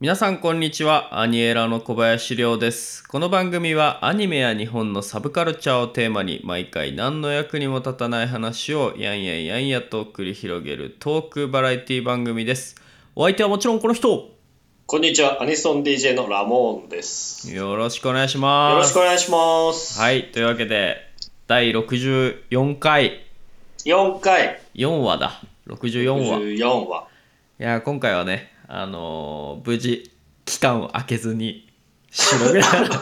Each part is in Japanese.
皆さんこんにちは。アニエラの小林亮です。この番組はアニメや日本のサブカルチャーをテーマに毎回何の役にも立たない話をやんやんやんやと繰り広げるトークバラエティ番組です。お相手はもちろんこの人。 こんにちは、アニソン DJ のラモーンです。 よろしくお願いします。 よろしくお願いします。 はい、というわけで第64回 4回 4話だ。64話。 64話。 いや今回はね無事期間を空けずに収録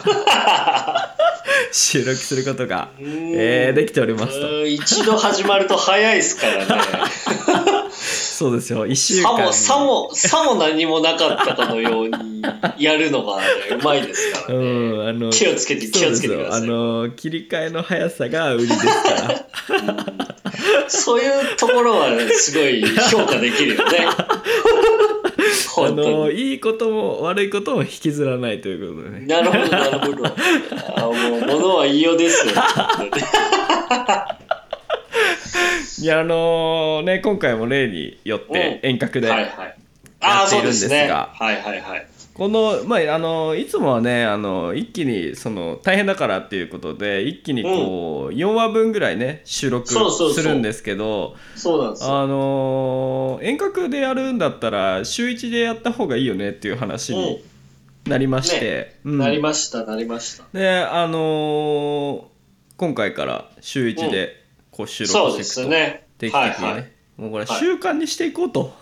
することが、できておりますと。 一度始まると早いですからね。 そうですよ。1週間さも何もなかったかのようにやるのが、ね、うまいですからね。気をつけてください。 切り替えの速さが売りですからそういうところは、ね、すごい評価できるよね。 いいことも悪いことも引きずらないということでね。 なるほどなるほど。もう物は言いようですよ。 いやね、今回も例によって遠隔でやっているんですが、このいつもはね一気に大変だからっていうことで一気にこう、4話分ぐらいね収録するんですけど、 そうなんですよ。 遠隔でやるんだったら週1でやった方がいいよねっていう話になりまして、 なりましたで今回から週1でこう収録していくと、定期的にね、もうこれ習慣にしていこうと、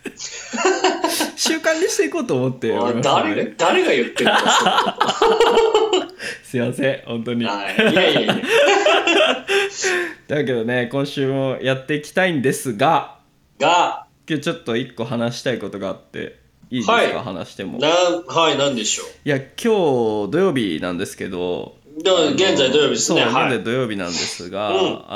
習慣にしていこうと思っておりましたね。 誰が言ってるんですか。 すいません本当に。 いやだけどね今週もやっていきたいんですが今日ちょっと一個話したいことがあっていいですか、話しても。 何でしょう。 いや今日土曜日なんですけど、 現在土曜日ですね。 そう、現在土曜日なんですが、今日ね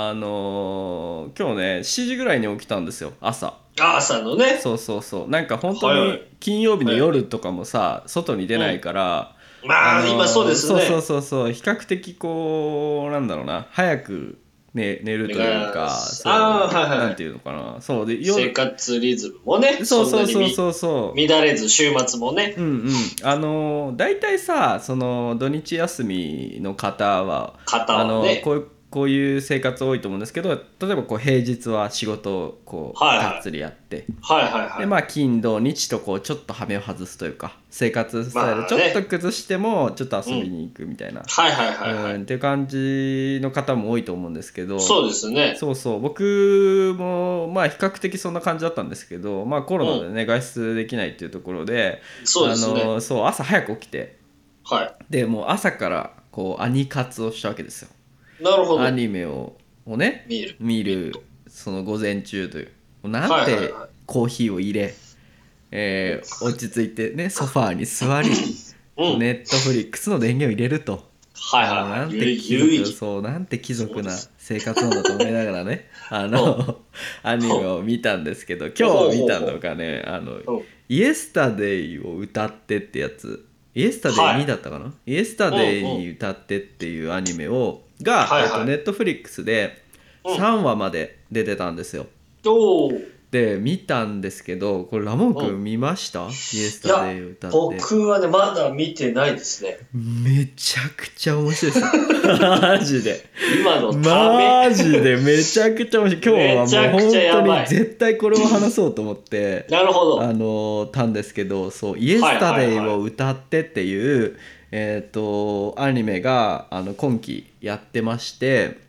7時ぐらいに起きたんですよ、朝のね。 そうなんか本当に金曜日の夜とかもさ、外に出ないから、 今そうですね。 そう比較的こうなんだろうな、早く寝るというか、なんていうのかな、そうで生活リズムもね、 そう乱れず週末もね。 大体さ土日休みの方はね、 こういう生活多いと思うんですけど、例えばこう平日は仕事をこうがっつりやって、で金土日とこうちょっと羽目を外すというか、生活スタイルちょっと崩してもちょっと遊びに行くみたいなっていう感じの方も多いと思うんですけど、 そうですね。 僕も比較的そんな感じだったんですけど、コロナでね、外出できないっていうところで、朝早く起きて、でもう朝からこうアニ活をしたわけですよ。 なるほど。 アニメをね見るその午前中という、なんてコーヒーを入れ、落ち着いてねソファーに座り、ネットフリックスの電源を入れると、なんて貴族な生活なんだと思いながらねアニメを見たんですけど、今日見たのがねイエスタデイを歌ってってやつ、イエスタデイ2だったかな、イエスタデイに歌ってっていうアニメがネットフリックスで3話まで出てたんですよ。で見たんですけど、これラモン君見ました？イエスタデイを歌って。 僕はねまだ見てないですね。 めちゃくちゃ面白いですマジで今のためマジでめちゃくちゃ面白い。今日はもう本当に絶対これを話そうと思ってなるほどたんですけど、そうイエスタデイを歌ってっていうアニメが今期やってまして、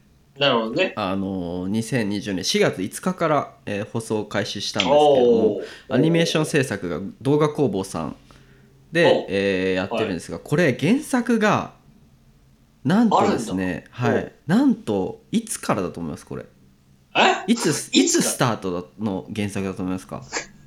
なるほどね。 2020年4月5日から、放送開始したんですけども、アニメーション制作が動画工房さんで、やってるんですが、これ原作がなんとですね、なんといつからだと思います？これいつスタートの原作だと思いますか？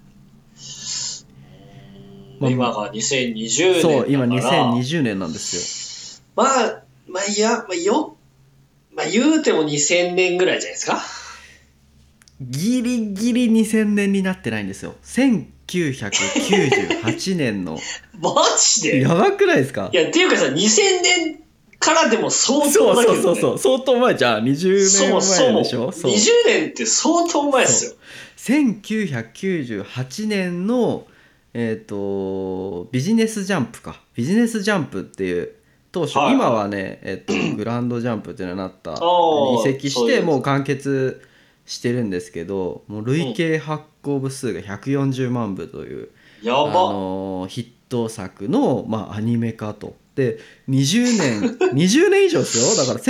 今が2020年だから、 今2020年なんですよ。言うても2000年ぐらいじゃないですか。 ギリギリ2000年になってないんですよ。1998年のマジでやばくないですか？ いやっていうかさ、2000年からでも相当だけどね。 相当前じゃん。20年前でしょ。 20年って相当前ですよ。 1998年のビジネスジャンプか、ビジネスジャンプっていう当初、はいはい、今はね、グランドジャンプっていうのになった移籍してもう完結してるんですけど、もう累計発行部数が140万部という、ヒット作の、アニメ化と。で20年以上ですよ。だから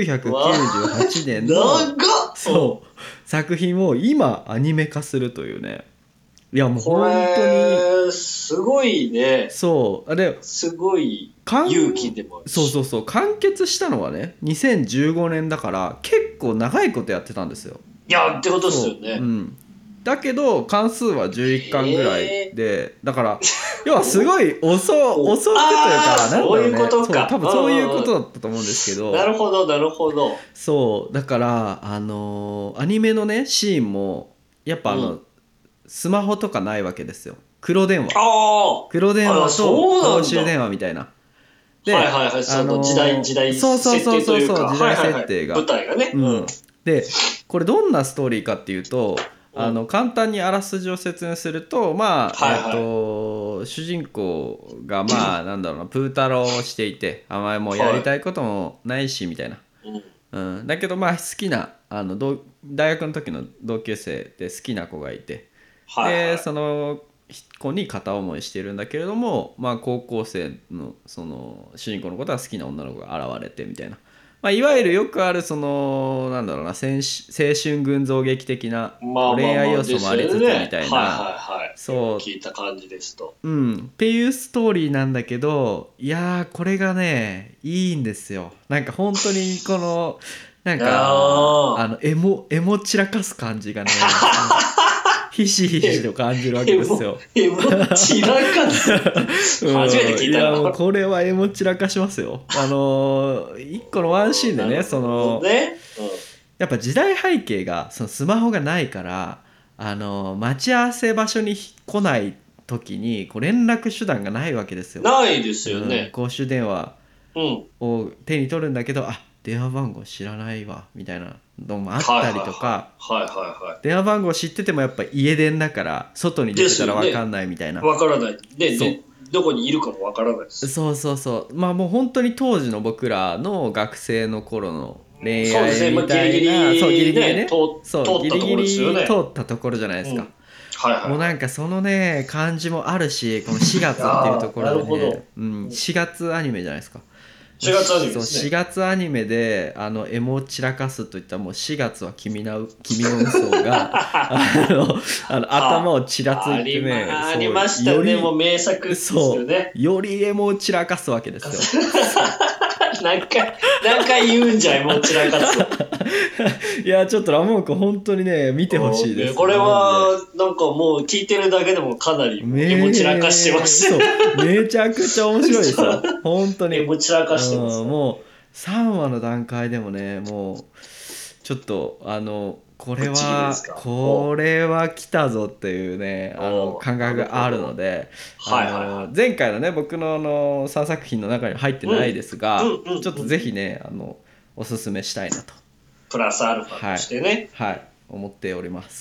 1998年のそう作品を今アニメ化するというね。いやもう本当にすごいね。 そうすごい勇気でもあるし。 そう完結したのはね2015年だから結構長いことやってたんですよ。 いやってことですよね。 だけど関数は11巻ぐらいで、だから要はすごい遅くというかそういうことか、 多分そういうことだったと思うんですけど、 なるほどそうだからアニメのねシーンもやっぱスマホとかないわけですよ。黒電話と公衆電話みたいな。 で、その時代設定というか、 時代設定が、 舞台がね。 でこれどんなストーリーかっていうと、簡単にあらすじを説明すると、主人公がなんだろうな、プータローをしていて、もうやりたいこともないしみたいな、だけど好きな大学の時の同級生で好きな子がいて、でその子に片思いしてるんだけれども、高校生のその主人公のことは好きな女の子が現れてみたいな。いわゆるよくあるなんだろうな、青春群像劇的な恋愛要素もありつつみたいな、 そう聞いた感じですと、 っていうストーリーなんだけど、いやこれがねいいんですよ。なんか本当にこのなんかエモ散らかす感じがねひしひしと感じるわけですよ。 エモ散らかす初めて聞いたな。これはエモ散らかしますよ。一個のワンシーンでね、やっぱ時代背景がそのスマホがないから、待ち合わせ場所に来ない時に連絡手段がないわけですよ。 ないですよね。 公衆電話を手に取るんだけど、電話番号知らないわみたいなのもあったりとか、電話番号知っててもやっぱ家電だから外に出てたら分かんないみたいな、 分からないで、どこにいるかも分からないです。 そうもう本当に当時の僕らの学生の頃の恋愛みたいな、ギリギリね、ギリギリ通ったところじゃないですか。もうなんかそのね感じもあるし、この4月っていうところでね、4月アニメじゃないですか。 4月アニメですね。 そう4月アニメでエモ散らかすといったら、もう4月は君の嘘が頭をちらついてね、 ありましたね。もう名作ですよね。 よりエモを散らかすわけですよ。 何回言うんじゃい、もう散らかす。 いやちょっとラモン君本当にね見てほしいです。 これはなんかもう聞いてるだけでもかなりエモ散らかしてます。 めちゃくちゃ面白いですよ本当に。 エモ散らかしてます、 もう3話の段階でもね、もうちょっとこれは来たぞっていうね感覚があるので、前回のね僕の3作品の中に入ってないですが、ちょっとぜひねおすすめしたいなと、 プラスアルファとしてね、 思っております。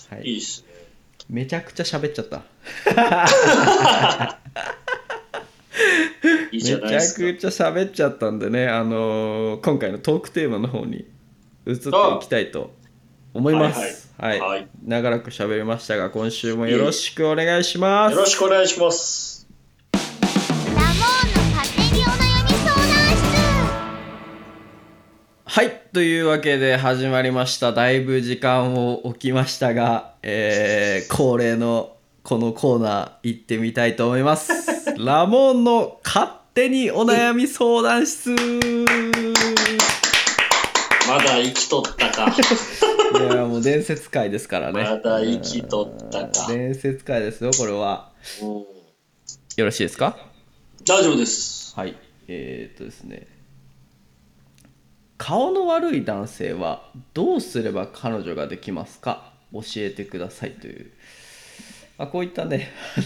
いいっすね。 めちゃくちゃ喋っちゃったいいじゃないですか。 めちゃくちゃ喋っちゃったんでね、今回のトークテーマの方に移っていきたいと思います。長らく喋りましたが、今週もよろしくお願いします。 よろしくお願いします。 ラモーンの勝手にお悩み相談室。 はい、というわけで始まりました。だいぶ時間を置きましたが、恒例のこのコーナー行ってみたいと思いますラモンの勝手にお悩み相談室まだ生きとったかいやもう伝説回ですからね。 まだ生きとったか。 伝説回ですよこれは。よろしいですか？ 大丈夫です。 はい。ですね、顔の悪い男性はどうすれば彼女ができますか？教えてくださいという、こういったね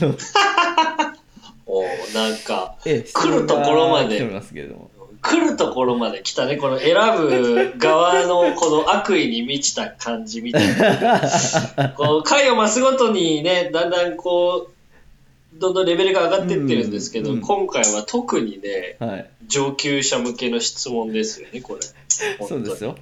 なんか来るところまで来るところまで来たね。この選ぶ側のこの悪意に満ちた感じみたいなこう回を増すごとにね、だんだんこうどんどんレベルが上がってってるんですけど、今回は特にね、上級者向けの質問ですよね、これ。 そうですよ。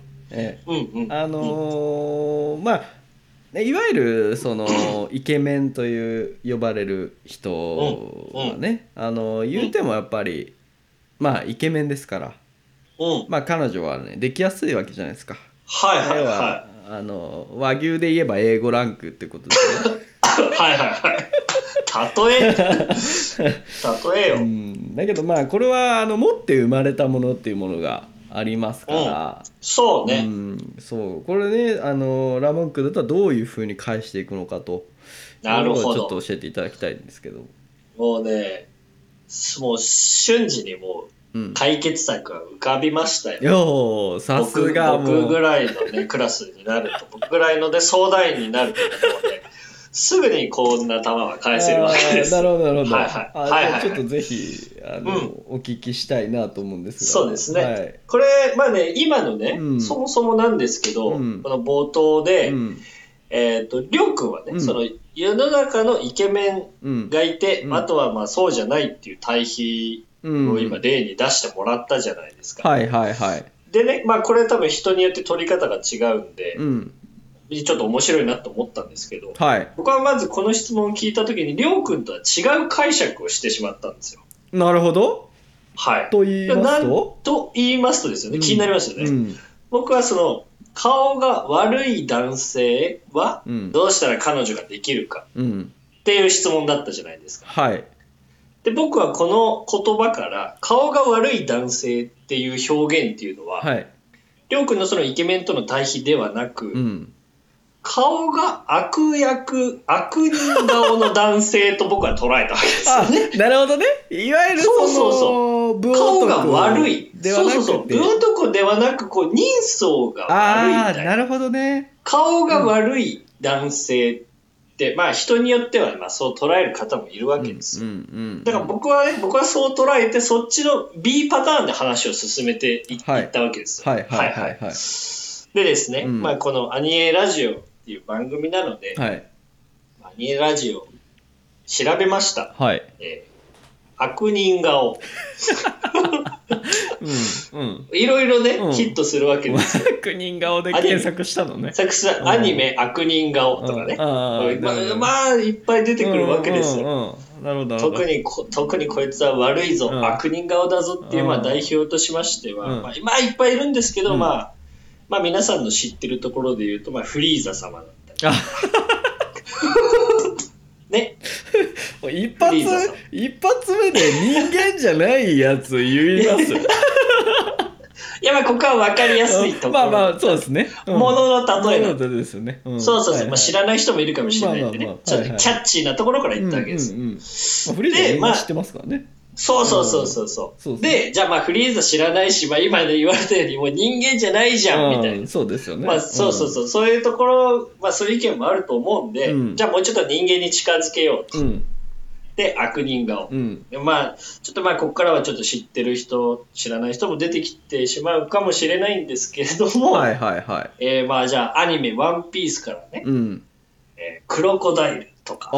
まあいわゆるそのイケメンという呼ばれる人はね、言うてもやっぱりまあイケメンですから、まあ彼女はねできやすいわけじゃないですか。 はいはいはい。 和牛で言えば A5 ランクってことですね。 はいはいはい。例えよ。 だけどまあこれは持って生まれたものっていうものがありますから、 そうね、 そうこれねラモン君だったらどういうふうに返していくのかと、 なるほど、 ちょっと教えていただきたいんですけど。 もうね、もう瞬時にもう解決策が浮かびましたよ。 さすが。 僕ぐらいのねクラスになると、僕ぐらいので相談員になるともうねすぐにこんな球は返せるわけです。 なるほどなるほど。 はいちょっとぜひお聞きしたいなと思うんですが。 そうですね。これまあね今のね、そもそもなんですけど、この冒頭で、りょうくんはね、その世の中のイケメンがいて、あとはまあそうじゃないっていう対比を今例に出してもらったじゃないですか。 はいはいはい。 でね、まあこれ多分人によって取り方が違うんで。ちょっと面白いなと思ったんですけど、僕はまずこの質問を聞いたときにりょうくんとは違う解釈をしてしまったんですよ。 なるほど。 はい。 と言いますと？ と言いますとですよね、気になりますよね。僕はその顔が悪い男性はどうしたら彼女ができるかっていう質問だったじゃないですか。 はい。 で僕はこの言葉から顔が悪い男性っていう表現っていうのは、りょうくんのそのイケメンとの対比ではなく、顔が悪人顔の男性と僕は捉えたわけですよね。 なるほどね。いわゆるそう顔が悪いではなくて、部男ではなくこう人相が悪いみたいな。 なるほどね。 顔が悪い男性ってまあ人によってはまあそう捉える方もいるわけですよ。だから僕はそう捉えてそっちの B パターンで話を進めていったわけですよ。でですね、まあこのアニエラジオっていう番組なので、アニエラジオ調べました。悪人顔いろいろね、ヒットするわけですよ。 悪人顔で検索したのね。 アニメ悪人顔とかね、まあいっぱい出てくるわけですよ。特にこいつは悪いぞ、悪人顔だぞっていうまあ代表としましては、まあいっぱいいるんですけど、まあ皆さんの知ってるところで言うと、まあフリーザ様だったりね。 一発目で人間じゃないやつ言います。 いやまあここは分かりやすいところ。 まあそうですね。 ものの例えなんですよね。 そう、まあ知らない人もいるかもしれないんでね。ちょっとキャッチーなところから言ったわけです。 フリーザみんな知ってますからね。 そう。で、じゃあまあフリーザ知らないし、まあ今で言われたようにもう人間じゃないじゃんみたいな。 そうですよね。 まあそういうところ、まあそういう意見もあると思うんで、じゃあもうちょっと人間に近づけようと。で、悪人顔。まあちょっとまあここからはちょっと知ってる人、知らない人も出てきてしまうかもしれないんですけれども、まあじゃあアニメワンピースからね、クロコダイル。とか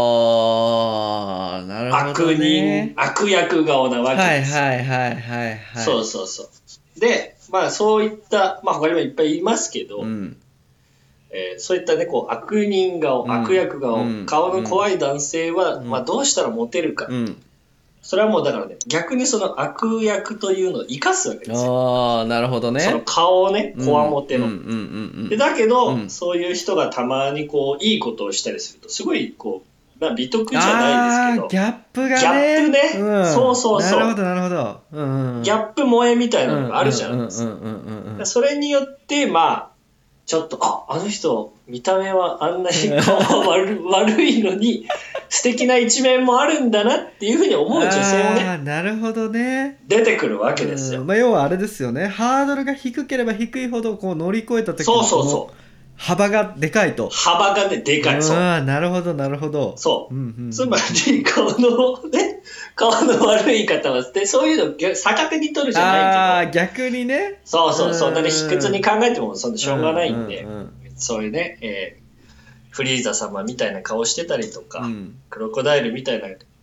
なるほどね。 悪役顔なわけですよ。そうでまあそういったまあ他にもいっぱいいますけど、そういったねこう悪人顔、悪役顔、顔の怖い男性は、まあどうしたらモテるか、それはもうだからね逆にその悪役というのを生かすわけですよ。 なるほどね。 その顔をねこわもての。でだけど、そういう人がたまにこういいことをしたりするとすごいこう、まあ、美徳じゃないですけどギャップがね。 そうなるほどなるほど。 ギャップ萌えみたいなのがあるじゃないですか。それによってまあちょっとあの人見た目はあんなに顔は悪いのに素敵な一面もあるんだなっていうふうに思う女性もねなるほどね出てくるわけですよ。 まあ、要はあれですよね、ハードルが低ければ低いほどこう乗り越えた時の幅がでかいと。 幅がねでかい。 なるほどなるほど。 つまり顔の悪い方はそういうの逆手に取るじゃないけど逆にねそんなに卑屈に考えてもそんなしょうがないんで、そういうね、フリーザ様みたいな顔してたりとか、クロコダイルみたいな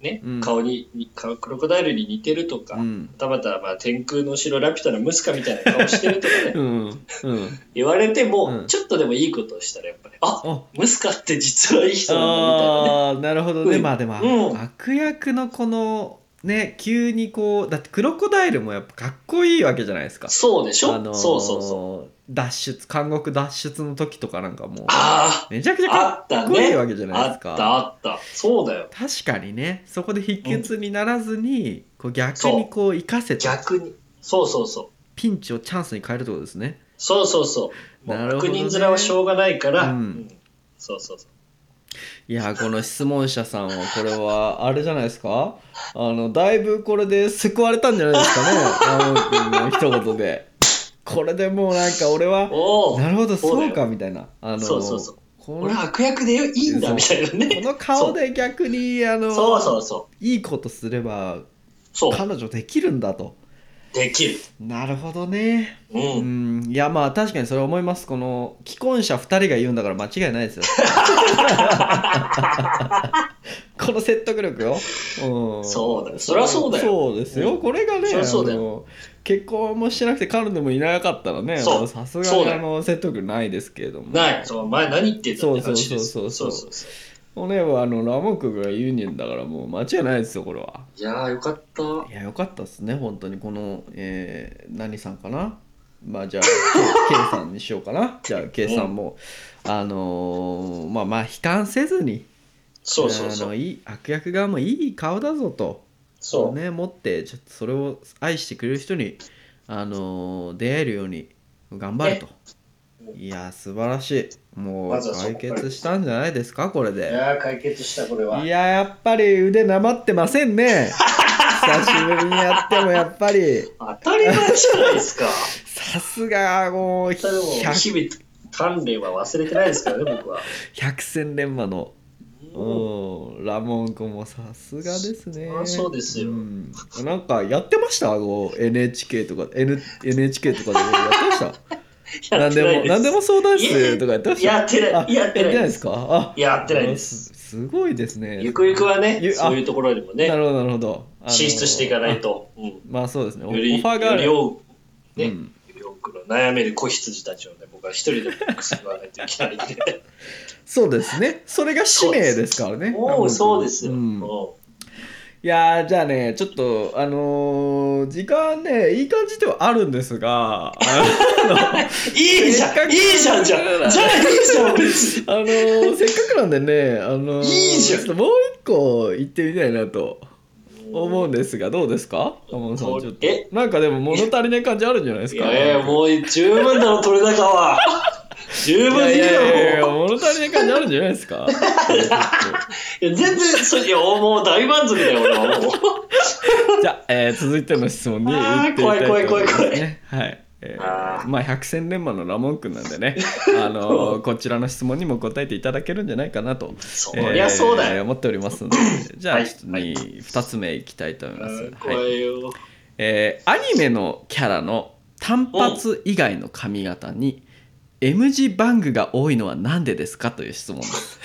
ね、顔クロコダイルに似てるとか、はたまた天空の城ラピュタのムスカみたいな顔してるとかね言われても、ちょっとでもいいことをしたらやっぱりムスカって実はいい人なんだみたいなね。 なるほどね。まあでも、悪役のこのね、急にこうだってクロコダイルもやっぱかっこいいわけじゃないですか。 そうでしょ、そう監獄脱出の時とかなんかもうめちゃくちゃかっこいいわけじゃないですか。 あったそうだよ。 確かにね、そこで秘訣にならずに、こう逆にこう生かせて、 逆にそうピンチをチャンスに変えるってことですね。 そうもう悪人面はしょうがないから、そういやこの質問者さんはこれはあれじゃないですか、だいぶこれで救われたんじゃないですかね山本君の一言で。これでもうなんか俺はなるほどそうかみたいな、 そう俺悪役でいいんだみたいなね。 この顔で逆にいいことすれば彼女できるんだと。 できる。 なるほどね。いやまあ確かにそれ思います。この既婚者2人が言うんだから間違いないですよこの説得力よ。 そうだ、そりゃそうだよ。 そうですよ、これがね、結婚もしてなくて彼女もいなかったらね、さすがに説得力ないですけれども。 ない。前何言ってんだって話です。 そうね、ラモン君が言うんだからもう間違いないですよこれは。 いやーよかった。 いやよかったですね本当に。この、何さんかな、まあじゃあ K さんにしようかな。じゃあ K さんも、まあ悲観せずに、悪役側もいい顔だぞとね、持ってちょっとそれを愛してくれる人に出会えるように頑張ると。いや素晴らしい。もう解決したんじゃないですかこれで。 いや解決したこれは。 いややっぱり腕なまってませんね久しぶりにやってもやっぱり当たり前じゃないですかさすがもう日々鍛錬は忘れてないですからね僕は。 百戦錬磨のラモン君もさすがですね。 そうですよ、 なんかやってました NHK とか NHK とかでやってました何でも相談室とかやってました。 やってないですか。 やってないです。 すごいですね。 ゆくゆくはねそういうところにもね。 なるほど進出していかないと。 まあそうですね。 オファーがある。より多くの悩める子羊たちをね僕は一人で救わないといけないんでそうですね。それが使命ですからね。 そうですよ。 いやじゃあねちょっと時間ねいい感じではあるんですがいいじゃん別にせっかくなんでねいいじゃんちょっともう一個言ってみたいなと思うんですがどうですか天野さん。ちょっとなんかでも物足りない感じあるんじゃないですか。 いやもう十分だろ取れ高は十分でいいよ。 物足りない感じあるんじゃないですか全然もう大満足だよ俺はもうじゃあ、続いての質問に行ってみたいと思いますね。はい。まあ百戦錬磨のラモン君なんでねこちらの質問にも答えていただけるんじゃないかなとそりゃそうだよ、 思っておりますのでじゃあちょっと2つ目いきたいと思います。 怖いよ。 アニメのキャラの単発以外の髪型にM 字バングが多いのはなんでですかという質問です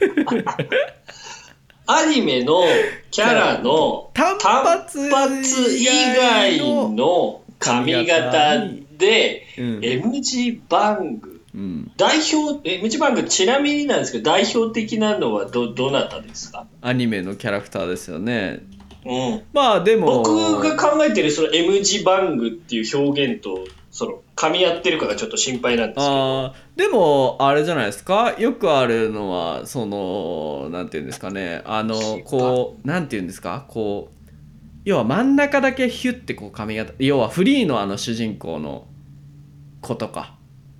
アニメのキャラの単発以外の髪型で M 字バング、代表 M 字バングちなみになんですけど代表的なのはどなたですか。 アニメのキャラクターですよね。まあでも僕が考えてるその M 字バングっていう表現とその噛み合ってるかがちょっと心配なんですけど。 でもあれじゃないですか。よくあるのはそのなんていうんですかねこうなんていうんですかこう要は真ん中だけヒュッてこう髪型要はフリーの主人公の子とか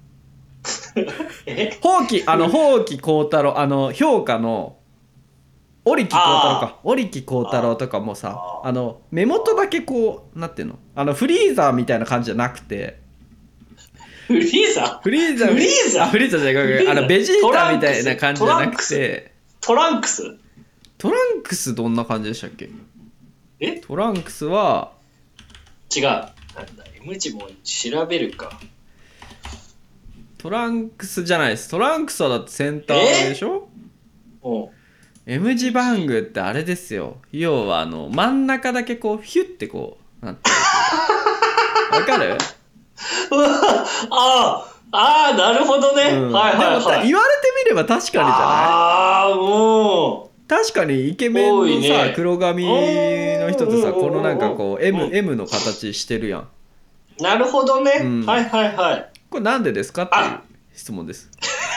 宝木幸太郎評価の織木幸太郎か織木幸太郎とかもさ目元だけこうなんていうのフリーザーみたいな感じじゃなくてフリーザじゃないベジータみたいな感じじゃなくてトランクスどんな感じでしたっけ。トランクスは違うなんだ M 字も調べるか。 トランクスじゃないです。トランクスはだってセンターでしょ。 M 字バングってあれですよ。要は真ん中だけこうヒュッてこうなってるわかる？ なるほどね、はいはいはい。 言われてみれば確かにじゃない？ もう確かにイケメンのさ、ね、黒髪の人ってさ、このなんかこう M の形してるやん。 なるほどね、はいはいはい。 これなんでですかっていう質問です。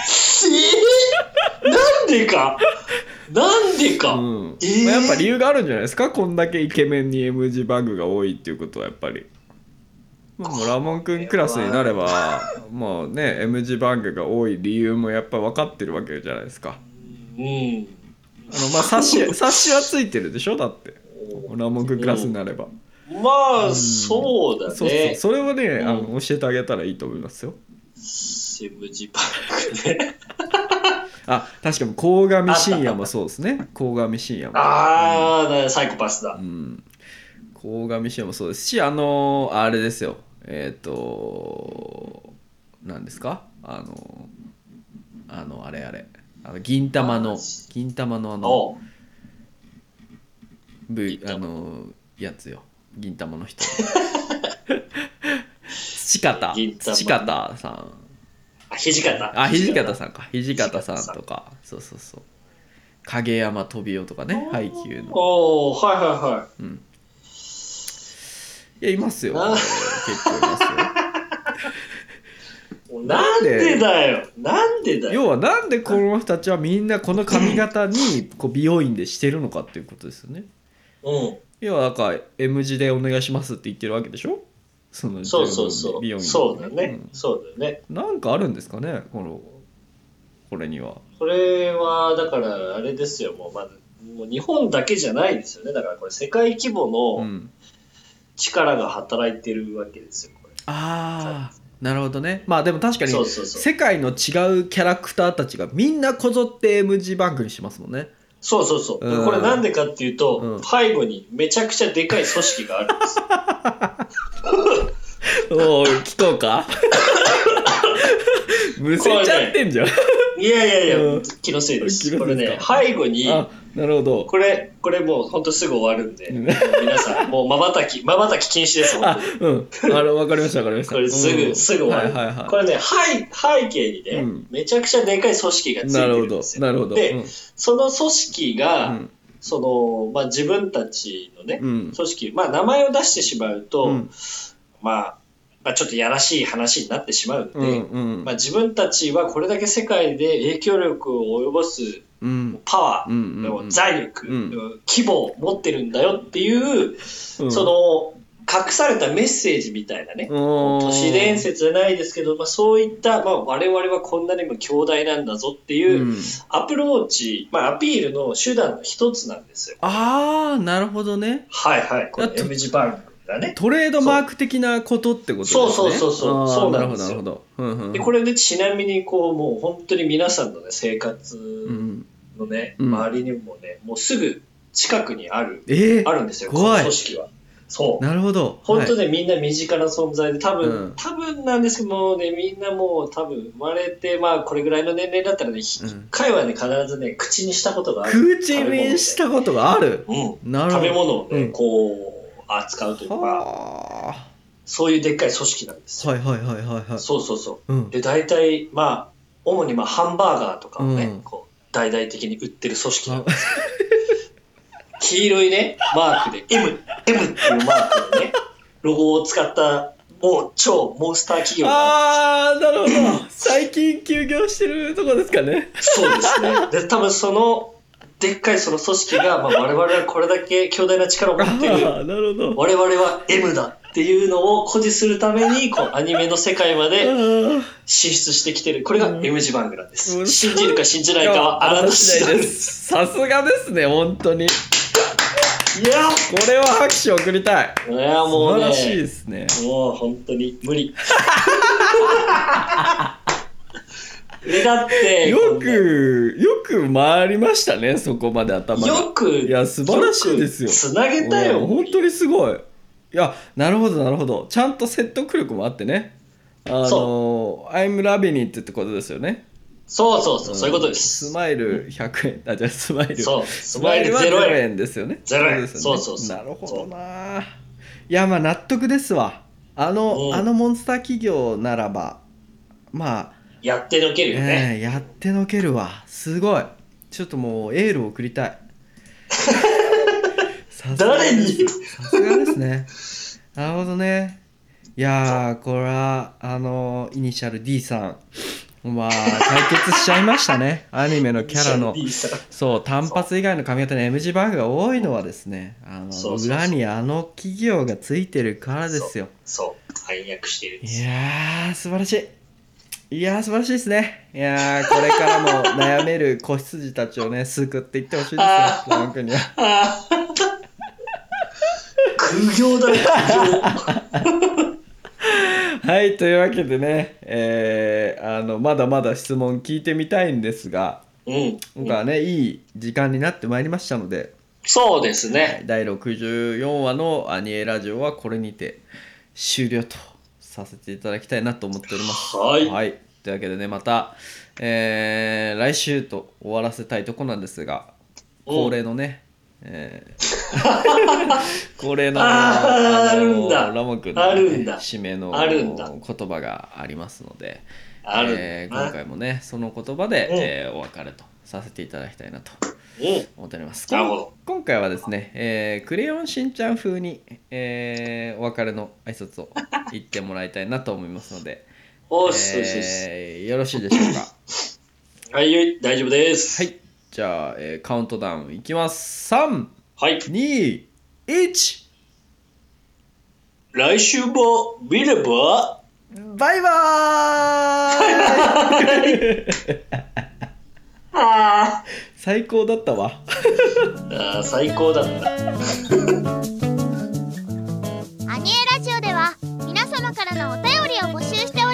なんでかなんでか、 やっぱ理由があるんじゃないですか。こんだけイケメンに M 字バングが多いっていうことはやっぱりもうラモン君クラスになればもうね M 字バングが多い理由もやっぱ分かってるわけじゃないですか。まあ冊子はついてるでしょ。だってラモン君クラスになれば、 まあそうだね。 それはね、教えてあげたらいいと思いますよ。 M 字バングね確かに鴻上信也もそうですね。鴻上信也もサイコパスだ。 鴻上信也もそうですし、あれですよ、何ですか、あれ銀玉のやつよ。銀玉の人土方さん、 土方さんか、土方さんとか、そう影山飛雄とかね、ハイキューの。 はいはいはい。 いやいますよ、結構いますよなんでだよ。 要はなんでこの人たちはみんなこの髪型にこう美容院でしてるのかっていうことですよね。要はなんか M 字でお願いしますって言ってるわけでしょ。 そう美容院、そうだね。なんかあるんですかね、これには。 これはだからあれですよ。もう日本だけじゃないですよね。だからこれ世界規模の力が働いてるわけですよ、これ。 なるほどね。まあでも確かに世界の違うキャラクターたちがみんなこぞって M 字バンクにしますもんね。 これなんでかっていうと、背後にめちゃくちゃでかい組織があるんですよ聞こうかむせちゃってんじゃん。 いや気のせいです。これね、背後になるほど。 これもうほんとすぐ終わるんで皆さんもう瞬き禁止です。 わかりましたこれすぐ終わる、これね、背景にね、めちゃくちゃでかい組織がついてるんですよ。 なるほど。 で、その組織が、自分たちのね、組織、名前を出してしまうと、ちょっとやらしい話になってしまうので、自分たちはこれだけ世界で影響力を及ぼすパワー、財力、規模を持ってるんだよっていう、その隠されたメッセージみたいなね、都市伝説じゃないですけど、そういった、我々はこんなにも強大なんだぞっていうアプローチ、アピールの手段の一つなんですよ。 なるほどね。 この M 字バンク。 トレードマーク的なことってことですね。 そうなんですよ。でこれでちなみにもう本当に皆さんの、ね、生活のね、周りにもね、もうすぐ近くにあるんですよ、この組織は。 なるほど。 本当ね、みんな身近な存在で多分なんですけどもね、みんなもう多分生まれてこれぐらいの年齢だったらね、一回はね必ずね口にしたことがある。 口にしたことがある。 食べ物をね、扱うというか、そういうでっかい組織なんですよ。で大体主にハンバーガーとかをね、大々的に売ってる組織なんですよ。黄色いねマークで M っていうマークでねロゴを使ったもう超モンスター企業なんですよ。なるほど。最近休業してるとこですかね。 そうですね。で多分そのでっかいその組織が、我々はこれだけ強大な力を持っている。我々は M だっていうのを誇示するために、アニメの世界まで進出してきてる。これが M 字バングなんです。信じるか信じないかはあなた次第です。 さすがですね、本当に。これは拍手を送りたい。 いやもうね、 素晴らしいですね。 もう本当に無理。だってよく回りましたね、そこまで頭が。いや素晴らしいですよ。 つなげたよ。 本当にすごい。いやなるほど。ちゃんと説得力もあってね。I'm loving it ってことですよね。 そういうことです。 スマイル100円、じゃあスマイル。 そう、スマイルは 0 円ですよね。 0円。 そう。なるほどな。いや、まあ納得ですわ。あのモンスター企業ならば、まあ。 やってのけるよね。 やってのけるわ。すごい。ちょっともうエールを送りたい。 誰に？ さすがですね。なるほどね。いやー、これはイニシャル D さん、まあ解決しちゃいましたね。アニメのキャラのそう単発以外の髪型に M 字バーグが多いのはですね、裏に企業がついてるからですよ。 そう暗躍してるんです。 いやー素晴らしい。いやー素晴らしいですね。いやーこれからも悩める子羊たちをね救っていってほしいですよ。ランクには。 苦行だよ苦行。 はい、というわけでね、まだまだ質問聞いてみたいんですが、僕はね、いい時間になってまいりましたので、 そうですね。 第64話のアニエラジオはこれにて終了とさせていただきたいなと思っております。 はい。 というわけでね、また、来週と終わらせたいとこなんですが、恒例のね、恒例のラモ君の、締めの言葉がありますので、今回もねその言葉で、お別れとさせていただきたいなと思っております。今回はですね、クレヨンしんちゃん風に、お別れの挨拶を言ってもらいたいなと思いますので、よろしいでしょうか。 はい、大丈夫です。 はい、じゃあ、カウントダウンいきます。3、2、1。 来週も見ればバイバーイ。最高だったわ。 最高だった。 アニエラジオでは皆様からのお便りを募集しております。